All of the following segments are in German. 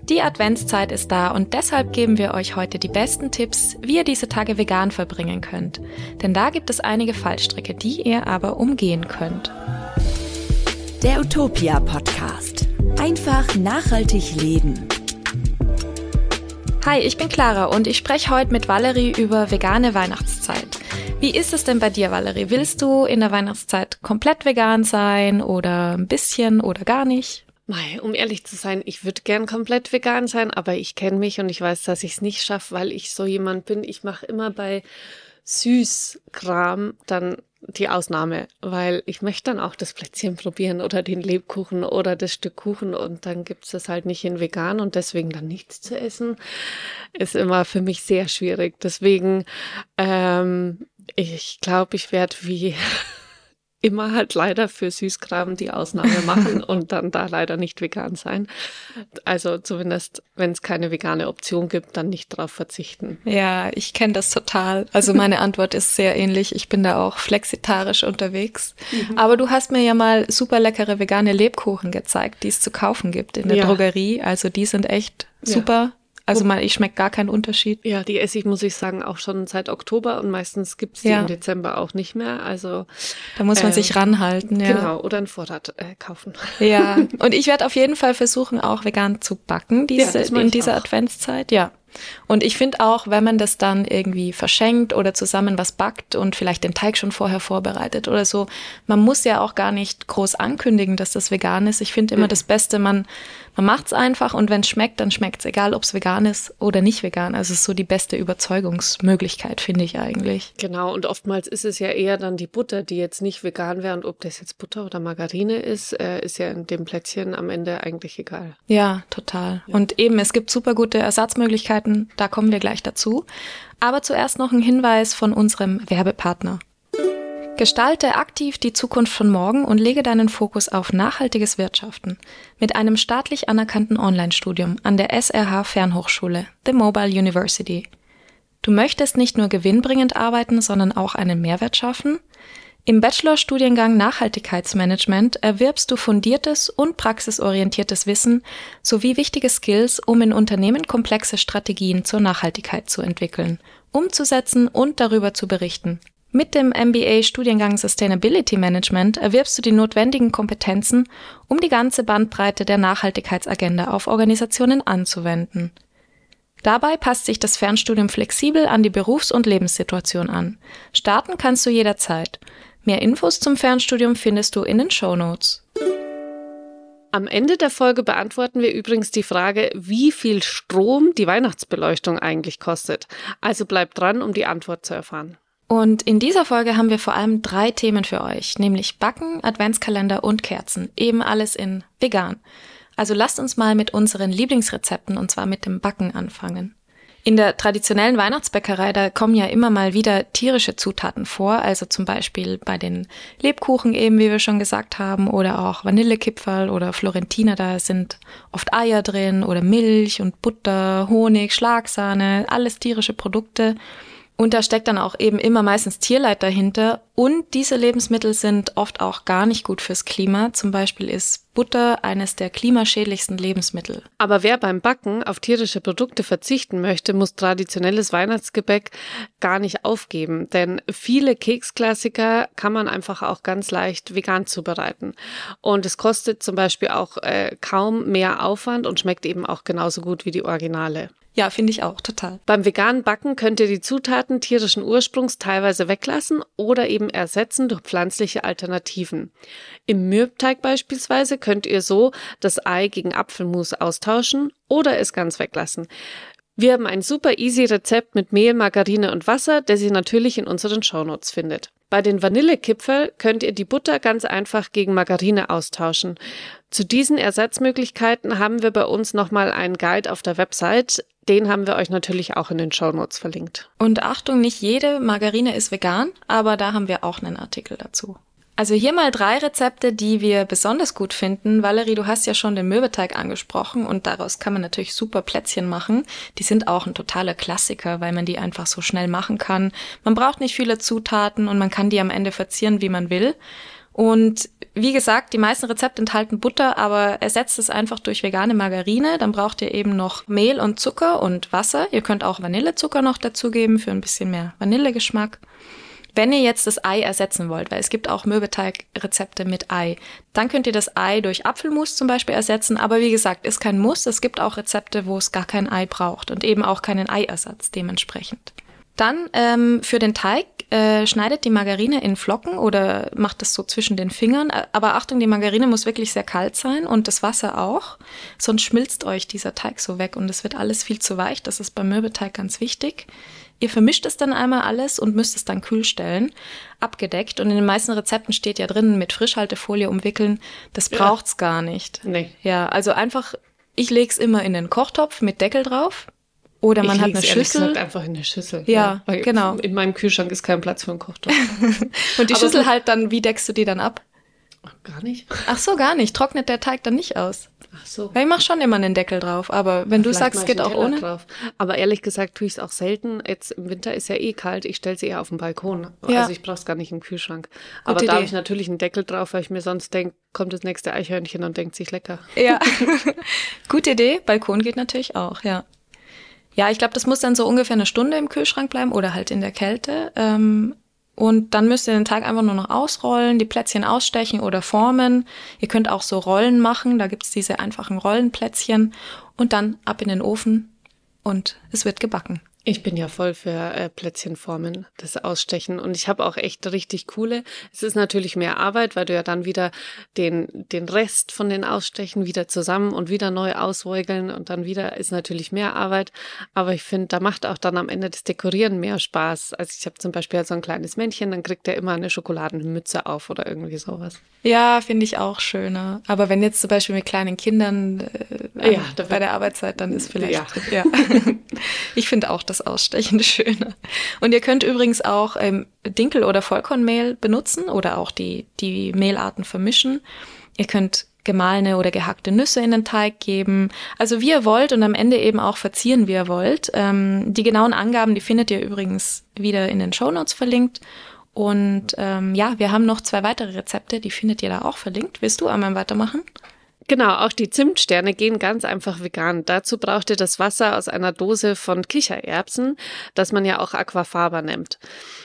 Die Adventszeit ist da und deshalb geben wir euch heute die besten Tipps, wie ihr diese Tage vegan verbringen könnt. Denn da gibt es einige Fallstricke, die ihr aber umgehen könnt. Der Utopia Podcast. Einfach nachhaltig leben. Hi, ich bin Clara und ich spreche heute mit Valerie über vegane Weihnachtszeit. Wie ist es denn bei dir, Valerie? Willst du in der Weihnachtszeit komplett vegan sein oder ein bisschen oder gar nicht? Mei, um ehrlich zu sein, ich würde gern komplett vegan sein, aber ich kenne mich und ich weiß, dass ich es nicht schaffe, weil ich so jemand bin. Ich mache immer bei Süßkram dann die Ausnahme, weil ich möchte dann auch das Plätzchen probieren oder den Lebkuchen oder das Stück Kuchen und dann gibt es das halt nicht in vegan und deswegen dann nichts zu essen, ist immer für mich sehr schwierig. Deswegen, ich glaube, ich werde wie immer halt leider für Süßkram die Ausnahme machen und dann da leider nicht vegan sein. Also zumindest, wenn es keine vegane Option gibt, dann nicht drauf verzichten. Ja, ich kenne das total. Also meine Antwort ist sehr ähnlich. Ich bin da auch flexitarisch unterwegs. Aber du hast mir ja mal super leckere vegane Lebkuchen gezeigt, die es zu kaufen gibt in der Drogerie. Also die sind echt super. Also ich schmecke gar keinen Unterschied. Ja, die esse ich, muss ich sagen, auch schon seit Oktober und meistens gibt's die im Dezember auch nicht mehr. Also da muss man sich ranhalten. Ja. Genau, oder einen Vorrat kaufen. Ja, und ich werde auf jeden Fall versuchen, auch vegan zu backen in dieser Adventszeit. Ja. Und ich finde auch, wenn man das dann irgendwie verschenkt oder zusammen was backt und vielleicht den Teig schon vorher vorbereitet oder so, man muss ja auch gar nicht groß ankündigen, dass das vegan ist. Ich finde immer das Beste, man macht's einfach und wenn es schmeckt, dann schmeckt's, egal ob es vegan ist oder nicht vegan. Also es ist so die beste Überzeugungsmöglichkeit, finde ich eigentlich. Genau, und oftmals ist es ja eher dann die Butter, die jetzt nicht vegan wäre und ob das jetzt Butter oder Margarine ist ja in dem Plätzchen am Ende eigentlich egal. Ja, total. Ja. Und eben, es gibt super gute Ersatzmöglichkeiten, da kommen wir gleich dazu. Aber zuerst noch ein Hinweis von unserem Werbepartner. Gestalte aktiv die Zukunft von morgen und lege deinen Fokus auf nachhaltiges Wirtschaften mit einem staatlich anerkannten Online-Studium an der SRH Fernhochschule, The Mobile University. Du möchtest nicht nur gewinnbringend arbeiten, sondern auch einen Mehrwert schaffen? Im Bachelorstudiengang Nachhaltigkeitsmanagement erwirbst du fundiertes und praxisorientiertes Wissen sowie wichtige Skills, um in Unternehmen komplexe Strategien zur Nachhaltigkeit zu entwickeln, umzusetzen und darüber zu berichten. Mit dem MBA-Studiengang Sustainability Management erwirbst du die notwendigen Kompetenzen, um die ganze Bandbreite der Nachhaltigkeitsagenda auf Organisationen anzuwenden. Dabei passt sich das Fernstudium flexibel an die Berufs- und Lebenssituation an. Starten kannst du jederzeit. Mehr Infos zum Fernstudium findest du in den Shownotes. Am Ende der Folge beantworten wir übrigens die Frage, wie viel Strom die Weihnachtsbeleuchtung eigentlich kostet. Also bleibt dran, um die Antwort zu erfahren. Und in dieser Folge haben wir vor allem 3 Themen für euch, nämlich Backen, Adventskalender und Kerzen. Eben alles in vegan. Also lasst uns mal mit unseren Lieblingsrezepten und zwar mit dem Backen anfangen. In der traditionellen Weihnachtsbäckerei, da kommen ja immer mal wieder tierische Zutaten vor, also zum Beispiel bei den Lebkuchen eben, wie wir schon gesagt haben, oder auch Vanillekipferl oder Florentiner, da sind oft Eier drin oder Milch und Butter, Honig, Schlagsahne, alles tierische Produkte. Und da steckt dann auch eben immer meistens Tierleid dahinter. Und diese Lebensmittel sind oft auch gar nicht gut fürs Klima. Zum Beispiel ist Butter eines der klimaschädlichsten Lebensmittel. Aber wer beim Backen auf tierische Produkte verzichten möchte, muss traditionelles Weihnachtsgebäck gar nicht aufgeben. Denn viele Keksklassiker kann man einfach auch ganz leicht vegan zubereiten. Und es kostet zum Beispiel auch kaum mehr Aufwand und schmeckt eben auch genauso gut wie die Originale. Ja, finde ich auch, total. Beim veganen Backen könnt ihr die Zutaten tierischen Ursprungs teilweise weglassen oder eben ersetzen durch pflanzliche Alternativen. Im Mürbteig beispielsweise könnt ihr so das Ei gegen Apfelmus austauschen oder es ganz weglassen. Wir haben ein super easy Rezept mit Mehl, Margarine und Wasser, das ihr natürlich in unseren Shownotes findet. Bei den Vanillekipferl könnt ihr die Butter ganz einfach gegen Margarine austauschen. Zu diesen Ersatzmöglichkeiten haben wir bei uns nochmal einen Guide auf der Website. Den haben wir euch natürlich auch in den Shownotes verlinkt. Und Achtung, nicht jede Margarine ist vegan, aber da haben wir auch einen Artikel dazu. Also hier mal 3 Rezepte, die wir besonders gut finden. Valerie, du hast ja schon den Mürbeteig angesprochen und daraus kann man natürlich super Plätzchen machen. Die sind auch ein totaler Klassiker, weil man die einfach so schnell machen kann. Man braucht nicht viele Zutaten und man kann die am Ende verzieren, wie man will. Und wie gesagt, die meisten Rezepte enthalten Butter, aber ersetzt es einfach durch vegane Margarine. Dann braucht ihr eben noch Mehl und Zucker und Wasser. Ihr könnt auch Vanillezucker noch dazugeben für ein bisschen mehr Vanillegeschmack. Wenn ihr jetzt das Ei ersetzen wollt, weil es gibt auch Mürbeteig-Rezepte mit Ei, dann könnt ihr das Ei durch Apfelmus zum Beispiel ersetzen. Aber wie gesagt, ist kein Muss. Es gibt auch Rezepte, wo es gar kein Ei braucht und eben auch keinen Eiersatz dementsprechend. Dann für den Teig schneidet die Margarine in Flocken oder macht das so zwischen den Fingern. Aber Achtung, die Margarine muss wirklich sehr kalt sein und das Wasser auch. Sonst schmilzt euch dieser Teig so weg und es wird alles viel zu weich. Das ist beim Mürbeteig ganz wichtig. Ihr vermischt es dann einmal alles und müsst es dann kühl stellen, abgedeckt. Und in den meisten Rezepten steht ja drin, mit Frischhaltefolie umwickeln. Das braucht's gar nicht. Nee. Ja, also einfach, ich leg's immer in den Kochtopf mit Deckel drauf. Oder man hat eine Schüssel. Gesagt, einfach in eine Schüssel. Ja, weil genau. In meinem Kühlschrank ist kein Platz für einen Kochtopf. Und die Schüssel halt dann, wie deckst du die dann ab? Gar nicht. Ach so, gar nicht. Trocknet der Teig dann nicht aus? Ach so. Weil ich mache schon immer einen Deckel drauf, aber wenn du sagst, es geht auch ohne. Drauf. Aber ehrlich gesagt tue ich es auch selten. Jetzt im Winter ist ja eh kalt, ich stelle sie eher auf den Balkon. Ja. Also ich brauche es gar nicht im Kühlschrank. Aber da habe ich natürlich einen Deckel drauf, weil ich mir sonst denke, kommt das nächste Eichhörnchen und denkt sich lecker. Ja, gute Idee. Balkon geht natürlich auch, ja. Ja, ich glaube, das muss dann so ungefähr eine Stunde im Kühlschrank bleiben oder halt in der Kälte. Und dann müsst ihr den Teig einfach nur noch ausrollen, die Plätzchen ausstechen oder formen. Ihr könnt auch so Rollen machen, da gibt's diese einfachen Rollenplätzchen. Und dann ab in den Ofen und es wird gebacken. Ich bin ja voll für Plätzchenformen, das Ausstechen. Und ich habe auch echt richtig coole. Es ist natürlich mehr Arbeit, weil du ja dann wieder den Rest von den Ausstechen wieder zusammen und wieder neu auswäugeln und dann wieder ist natürlich mehr Arbeit. Aber ich finde, da macht auch dann am Ende das Dekorieren mehr Spaß. Also ich habe zum Beispiel so ein kleines Männchen, dann kriegt er immer eine Schokoladenmütze auf oder irgendwie sowas. Ja, finde ich auch schöner. Aber wenn jetzt zum Beispiel mit kleinen Kindern bei der Arbeitszeit, dann ist vielleicht... Ja. Ich finde auch das Ausstechen schöner. Und ihr könnt übrigens auch Dinkel- oder Vollkornmehl benutzen oder auch die Mehlarten vermischen. Ihr könnt gemahlene oder gehackte Nüsse in den Teig geben. Also wie ihr wollt und am Ende eben auch verzieren, wie ihr wollt. Die genauen Angaben, die findet ihr übrigens wieder in den Shownotes verlinkt. Und wir haben noch 2 weitere Rezepte, die findet ihr da auch verlinkt. Willst du einmal weitermachen? Genau, auch die Zimtsterne gehen ganz einfach vegan. Dazu braucht ihr das Wasser aus einer Dose von Kichererbsen, das man ja auch Aquafaba nennt.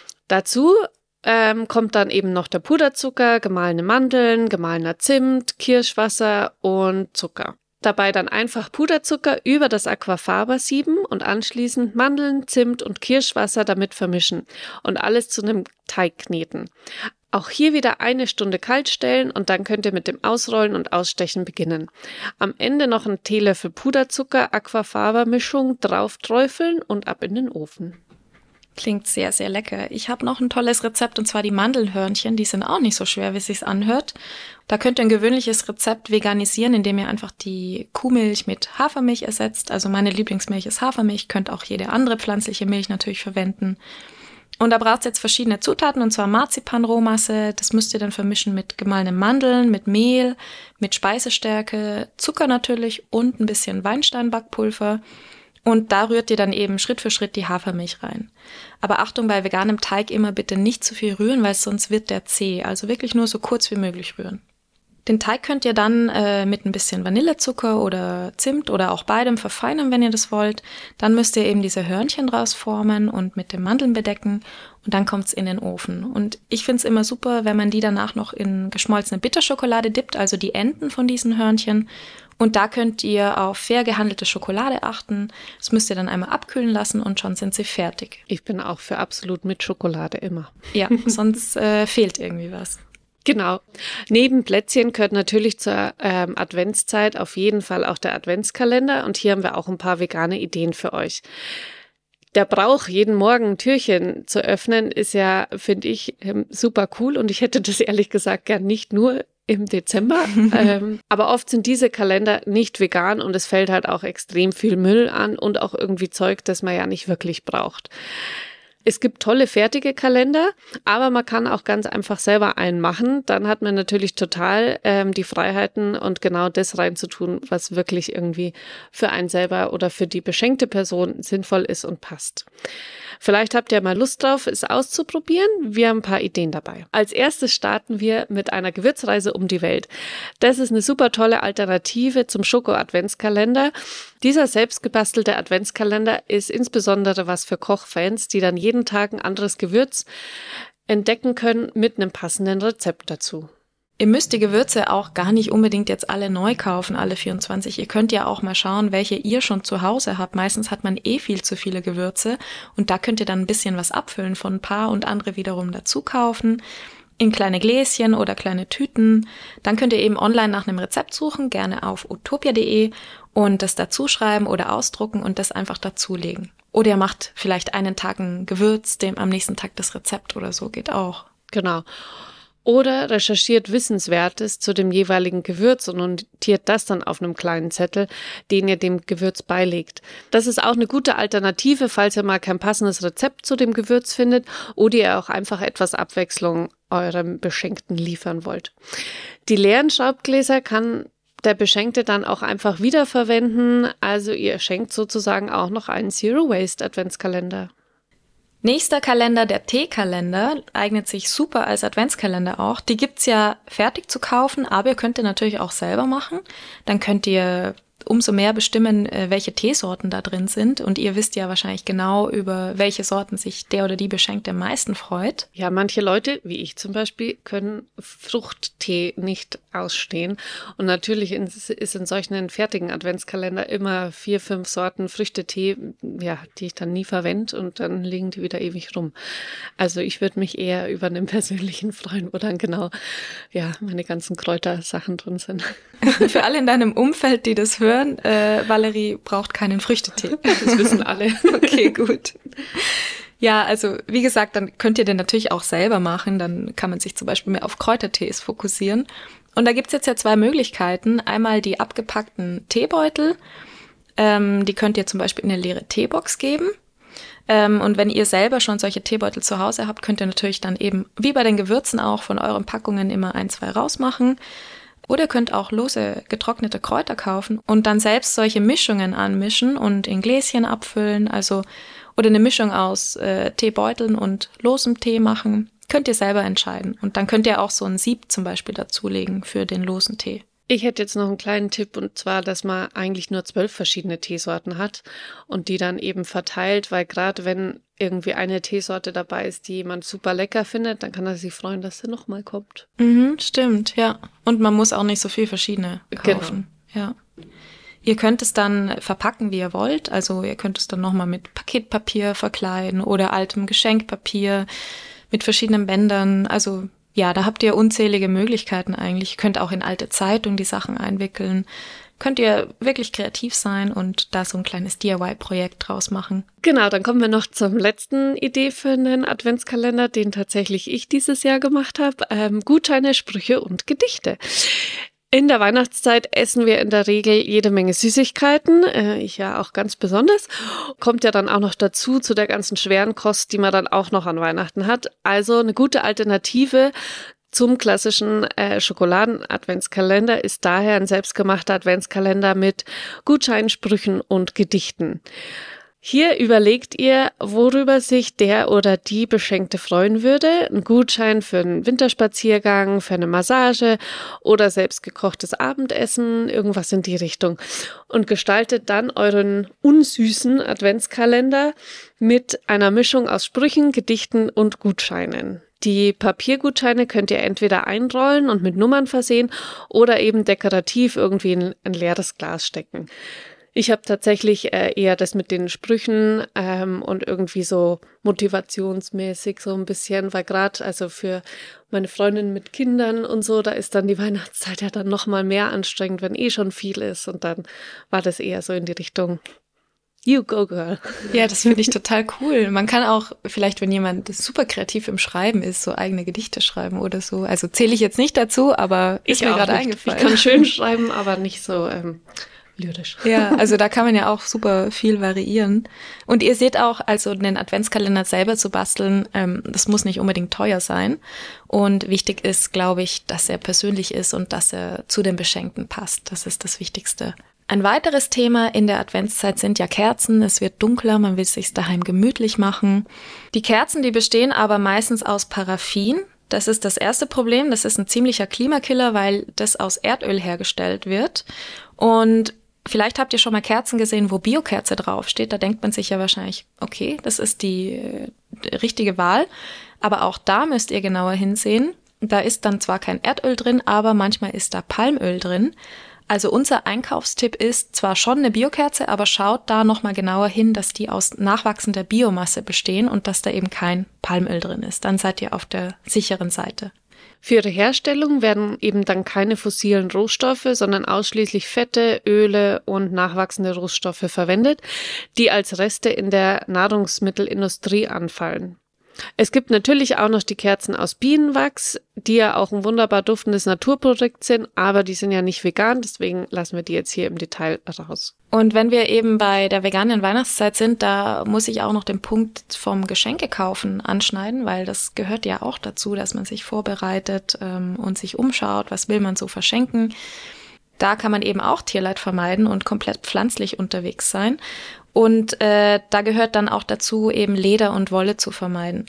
Dazu kommt dann eben noch der Puderzucker, gemahlene Mandeln, gemahlener Zimt, Kirschwasser und Zucker. Dabei dann einfach Puderzucker über das Aquafaba sieben und anschließend Mandeln, Zimt und Kirschwasser damit vermischen und alles zu einem Teig kneten. Auch hier wieder 1 Stunde kalt stellen und dann könnt ihr mit dem Ausrollen und Ausstechen beginnen. Am Ende noch einen Teelöffel Puderzucker, Aquafaba-Mischung drauf träufeln und ab in den Ofen. Klingt sehr, sehr lecker. Ich habe noch ein tolles Rezept und zwar die Mandelhörnchen. Die sind auch nicht so schwer, wie es sich anhört. Da könnt ihr ein gewöhnliches Rezept veganisieren, indem ihr einfach die Kuhmilch mit Hafermilch ersetzt. Also meine Lieblingsmilch ist Hafermilch, könnt auch jede andere pflanzliche Milch natürlich verwenden. Und da braucht es jetzt verschiedene Zutaten, und zwar Marzipan-Rohmasse. Das müsst ihr dann vermischen mit gemahlenen Mandeln, mit Mehl, mit Speisestärke, Zucker natürlich und ein bisschen Weinsteinbackpulver. Und da rührt ihr dann eben Schritt für Schritt die Hafermilch rein. Aber Achtung, bei veganem Teig immer bitte nicht zu viel rühren, weil sonst wird der zäh. Also wirklich nur so kurz wie möglich rühren. Den Teig könnt ihr dann mit ein bisschen Vanillezucker oder Zimt oder auch beidem verfeinern, wenn ihr das wollt. Dann müsst ihr eben diese Hörnchen draus formen und mit den Mandeln bedecken und dann kommt's in den Ofen. Und ich find's immer super, wenn man die danach noch in geschmolzene Bitterschokolade dippt, also die Enden von diesen Hörnchen. Und da könnt ihr auf fair gehandelte Schokolade achten. Das müsst ihr dann einmal abkühlen lassen und schon sind sie fertig. Ich bin auch für absolut mit Schokolade immer. Ja, sonst fehlt irgendwie was. Genau. Neben Plätzchen gehört natürlich zur Adventszeit auf jeden Fall auch der Adventskalender. Und hier haben wir auch ein paar vegane Ideen für euch. Der Brauch, jeden Morgen ein Türchen zu öffnen, ist ja, finde ich, super cool. Und ich hätte das ehrlich gesagt gern nicht nur im Dezember. Aber oft sind diese Kalender nicht vegan und es fällt halt auch extrem viel Müll an und auch irgendwie Zeug, das man ja nicht wirklich braucht. Es gibt tolle fertige Kalender, aber man kann auch ganz einfach selber einen machen. Dann hat man natürlich total die Freiheiten und genau das reinzutun, was wirklich irgendwie für einen selber oder für die beschenkte Person sinnvoll ist und passt. Vielleicht habt ihr mal Lust drauf, es auszuprobieren. Wir haben ein paar Ideen dabei. Als erstes starten wir mit einer Gewürzreise um die Welt. Das ist eine super tolle Alternative zum Schoko-Adventskalender. Dieser selbstgebastelte Adventskalender ist insbesondere was für Kochfans, die dann jeden Tag ein anderes Gewürz entdecken können mit einem passenden Rezept dazu. Ihr müsst die Gewürze auch gar nicht unbedingt jetzt alle neu kaufen, alle 24. Ihr könnt ja auch mal schauen, welche ihr schon zu Hause habt. Meistens hat man viel zu viele Gewürze und da könnt ihr dann ein bisschen was abfüllen von ein paar und andere wiederum dazu kaufen. In kleine Gläschen oder kleine Tüten. Dann könnt ihr eben online nach einem Rezept suchen, gerne auf utopia.de und das dazu schreiben oder ausdrucken und das einfach dazulegen. Oder ihr macht vielleicht einen Tag ein Gewürz, am nächsten Tag das Rezept oder so, geht auch. Genau. Oder recherchiert Wissenswertes zu dem jeweiligen Gewürz und notiert das dann auf einem kleinen Zettel, den ihr dem Gewürz beilegt. Das ist auch eine gute Alternative, falls ihr mal kein passendes Rezept zu dem Gewürz findet oder ihr auch einfach etwas Abwechslung eurem Beschenkten liefern wollt. Die leeren Schraubgläser kann der Beschenkte dann auch einfach wiederverwenden, also ihr schenkt sozusagen auch noch einen Zero-Waste-Adventskalender. Nächster Kalender, der Teekalender, eignet sich super als Adventskalender auch. Die gibt's ja fertig zu kaufen, aber ihr könnt ihr natürlich auch selber machen. Dann könnt ihr umso mehr bestimmen, welche Teesorten da drin sind. Und ihr wisst ja wahrscheinlich genau, über welche Sorten sich der oder die Beschenkte am meisten freut. Ja, manche Leute, wie ich zum Beispiel, können Fruchttee nicht ausstehen. Und natürlich ist in solchen fertigen Adventskalender immer 4, 5 Sorten Früchtetee, ja, die ich dann nie verwende und dann liegen die wieder ewig rum. Also ich würde mich eher über einen persönlichen freuen, wo dann genau, ja, meine ganzen Kräutersachen drin sind. Für alle in deinem Umfeld, die das hören, Valerie braucht keinen Früchtetee. Das wissen alle. Okay, gut. Ja, also wie gesagt, dann könnt ihr den natürlich auch selber machen. Dann kann man sich zum Beispiel mehr auf Kräutertees fokussieren. Und da gibt's jetzt ja 2 Möglichkeiten. Einmal die abgepackten Teebeutel. Die könnt ihr zum Beispiel in eine leere Teebox geben. Und wenn ihr selber schon solche Teebeutel zu Hause habt, könnt ihr natürlich dann eben, wie bei den Gewürzen auch, von euren Packungen immer 1, 2 rausmachen. Oder ihr könnt auch lose getrocknete Kräuter kaufen und dann selbst solche Mischungen anmischen und in Gläschen abfüllen. Oder eine Mischung aus Teebeuteln und losem Tee machen. Könnt ihr selber entscheiden. Und dann könnt ihr auch so ein Sieb zum Beispiel dazulegen für den losen Tee. Ich hätte jetzt noch einen kleinen Tipp, und zwar, dass man eigentlich nur 12 verschiedene Teesorten hat und die dann eben verteilt, weil gerade wenn irgendwie eine Teesorte dabei ist, die jemand super lecker findet, dann kann er sich freuen, dass sie nochmal kommt. Stimmt, ja. Und man muss auch nicht so viel verschiedene kaufen. Genau. Ja. Ihr könnt es dann verpacken, wie ihr wollt. Also ihr könnt es dann nochmal mit Paketpapier verkleiden oder altem Geschenkpapier mit verschiedenen Bändern. Also ja, da habt ihr unzählige Möglichkeiten eigentlich. Ihr könnt auch in alte Zeitung die Sachen einwickeln. Könnt ihr wirklich kreativ sein und da so ein kleines DIY-Projekt draus machen. Genau, dann kommen wir noch zur letzten Idee für einen Adventskalender, den tatsächlich ich dieses Jahr gemacht habe. Gutscheine, Sprüche und Gedichte. In der Weihnachtszeit essen wir in der Regel jede Menge Süßigkeiten, ich ja auch ganz besonders. Kommt ja dann auch noch dazu, zu der ganzen schweren Kost, die man dann auch noch an Weihnachten hat. Also eine gute Alternative zum klassischen Schokoladen-Adventskalender ist daher ein selbstgemachter Adventskalender mit Gutscheinen, Sprüchen und Gedichten. Hier überlegt ihr, worüber sich der oder die Beschenkte freuen würde. Ein Gutschein für einen Winterspaziergang, für eine Massage oder selbstgekochtes Abendessen, irgendwas in die Richtung. Und gestaltet dann euren unsüßen Adventskalender mit einer Mischung aus Sprüchen, Gedichten und Gutscheinen. Die Papiergutscheine könnt ihr entweder einrollen und mit Nummern versehen oder eben dekorativ irgendwie in ein leeres Glas stecken. Ich habe tatsächlich eher das mit den Sprüchen und irgendwie so motivationsmäßig so ein bisschen, weil gerade also für meine Freundin mit Kindern und so, da ist dann die Weihnachtszeit ja dann nochmal mehr anstrengend, wenn schon viel ist. Und dann war das eher so in die Richtung You go, girl. Ja, das finde ich total cool. Man kann auch vielleicht, wenn jemand super kreativ im Schreiben ist, so eigene Gedichte schreiben oder so. Also zähle ich jetzt nicht dazu, aber ist mir gerade eingefallen. Ich kann schön schreiben, aber nicht so lyrisch. Ja, also da kann man ja auch super viel variieren. Und ihr seht auch, also den Adventskalender selber zu basteln, das muss nicht unbedingt teuer sein. Und wichtig ist, glaube ich, dass er persönlich ist und dass er zu den Beschenkten passt. Das ist das Wichtigste. Ein weiteres Thema in der Adventszeit sind ja Kerzen. Es wird dunkler, man will es sich daheim gemütlich machen. Die Kerzen, die bestehen aber meistens aus Paraffin. Das ist das erste Problem. Das ist ein ziemlicher Klimakiller, weil das aus Erdöl hergestellt wird. Und vielleicht habt ihr schon mal Kerzen gesehen, wo Biokerze draufsteht. Da denkt man sich ja wahrscheinlich, okay, das ist die richtige Wahl. Aber auch da müsst ihr genauer hinsehen. Da ist dann zwar kein Erdöl drin, aber manchmal ist da Palmöl drin. Also unser Einkaufstipp ist zwar schon eine Biokerze, aber schaut da nochmal genauer hin, dass die aus nachwachsender Biomasse bestehen und dass da eben kein Palmöl drin ist. Dann seid ihr auf der sicheren Seite. Für ihre Herstellung werden eben dann keine fossilen Rohstoffe, sondern ausschließlich Fette, Öle und nachwachsende Rohstoffe verwendet, die als Reste in der Nahrungsmittelindustrie anfallen. Es gibt natürlich auch noch die Kerzen aus Bienenwachs, die ja auch ein wunderbar duftendes Naturprodukt sind, aber die sind ja nicht vegan, deswegen lassen wir die jetzt hier im Detail raus. Und wenn wir eben bei der veganen Weihnachtszeit sind, da muss ich auch noch den Punkt vom Geschenkekaufen anschneiden, weil das gehört ja auch dazu, dass man sich vorbereitet und sich umschaut, was will man so verschenken. Da kann man eben auch Tierleid vermeiden und komplett pflanzlich unterwegs sein. Und da gehört dann auch dazu, eben Leder und Wolle zu vermeiden.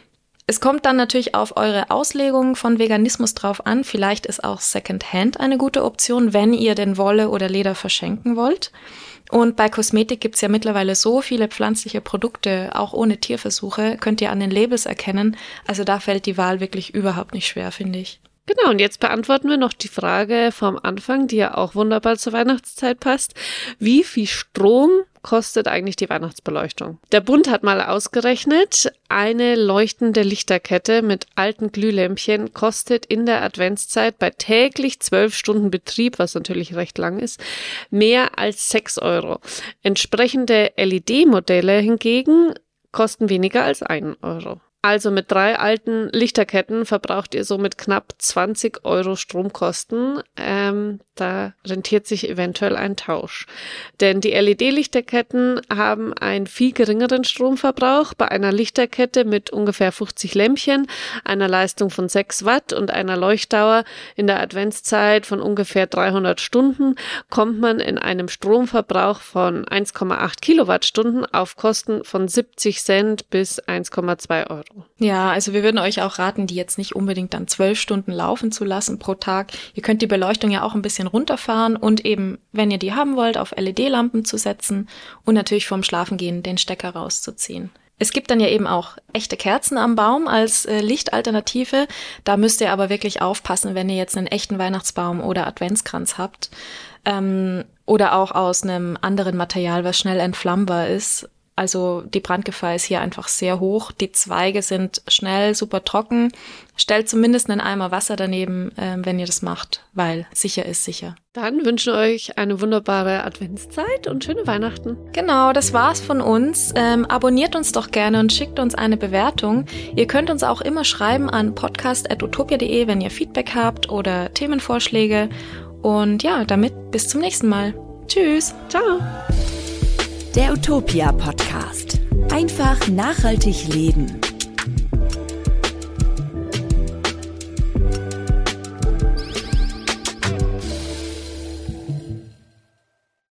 Es kommt dann natürlich auf eure Auslegung von Veganismus drauf an. Vielleicht ist auch Secondhand eine gute Option, wenn ihr denn Wolle oder Leder verschenken wollt. Und bei Kosmetik gibt's ja mittlerweile so viele pflanzliche Produkte, auch ohne Tierversuche, könnt ihr an den Labels erkennen. Also da fällt die Wahl wirklich überhaupt nicht schwer, finde ich. Genau, und jetzt beantworten wir noch die Frage vom Anfang, die ja auch wunderbar zur Weihnachtszeit passt. Wie viel Strom kostet eigentlich die Weihnachtsbeleuchtung? Der Bund hat mal ausgerechnet, eine leuchtende Lichterkette mit alten Glühlämpchen kostet in der Adventszeit bei täglich 12 Stunden Betrieb, was natürlich recht lang ist, mehr als 6 €. Entsprechende LED-Modelle hingegen kosten weniger als 1 €. Also mit 3 alten Lichterketten verbraucht ihr somit knapp 20 € Stromkosten. Da rentiert sich eventuell ein Tausch. Denn die LED-Lichterketten haben einen viel geringeren Stromverbrauch. Bei einer Lichterkette mit ungefähr 50 Lämpchen, einer Leistung von 6 Watt und einer Leuchtdauer in der Adventszeit von ungefähr 300 Stunden kommt man in einem Stromverbrauch von 1,8 Kilowattstunden auf Kosten von 70 Cent bis 1,2 €. Ja, also wir würden euch auch raten, die jetzt nicht unbedingt dann 12 Stunden laufen zu lassen pro Tag. Ihr könnt die Beleuchtung ja auch ein bisschen runterfahren und eben, wenn ihr die haben wollt, auf LED-Lampen zu setzen und natürlich vorm Schlafengehen den Stecker rauszuziehen. Es gibt dann ja eben auch echte Kerzen am Baum als Lichtalternative. Da müsst ihr aber wirklich aufpassen, wenn ihr jetzt einen echten Weihnachtsbaum oder Adventskranz habt oder auch aus einem anderen Material, was schnell entflammbar ist. Also die Brandgefahr ist hier einfach sehr hoch. Die Zweige sind schnell, super trocken. Stellt zumindest einen Eimer Wasser daneben, wenn ihr das macht, weil sicher ist sicher. Dann wünschen wir euch eine wunderbare Adventszeit und schöne Weihnachten. Genau, das war's von uns. Abonniert uns doch gerne und schickt uns eine Bewertung. Ihr könnt uns auch immer schreiben an podcast@utopia.de, wenn ihr Feedback habt oder Themenvorschläge. Und ja, damit bis zum nächsten Mal. Tschüss. Ciao. Der Utopia Podcast. Einfach nachhaltig leben.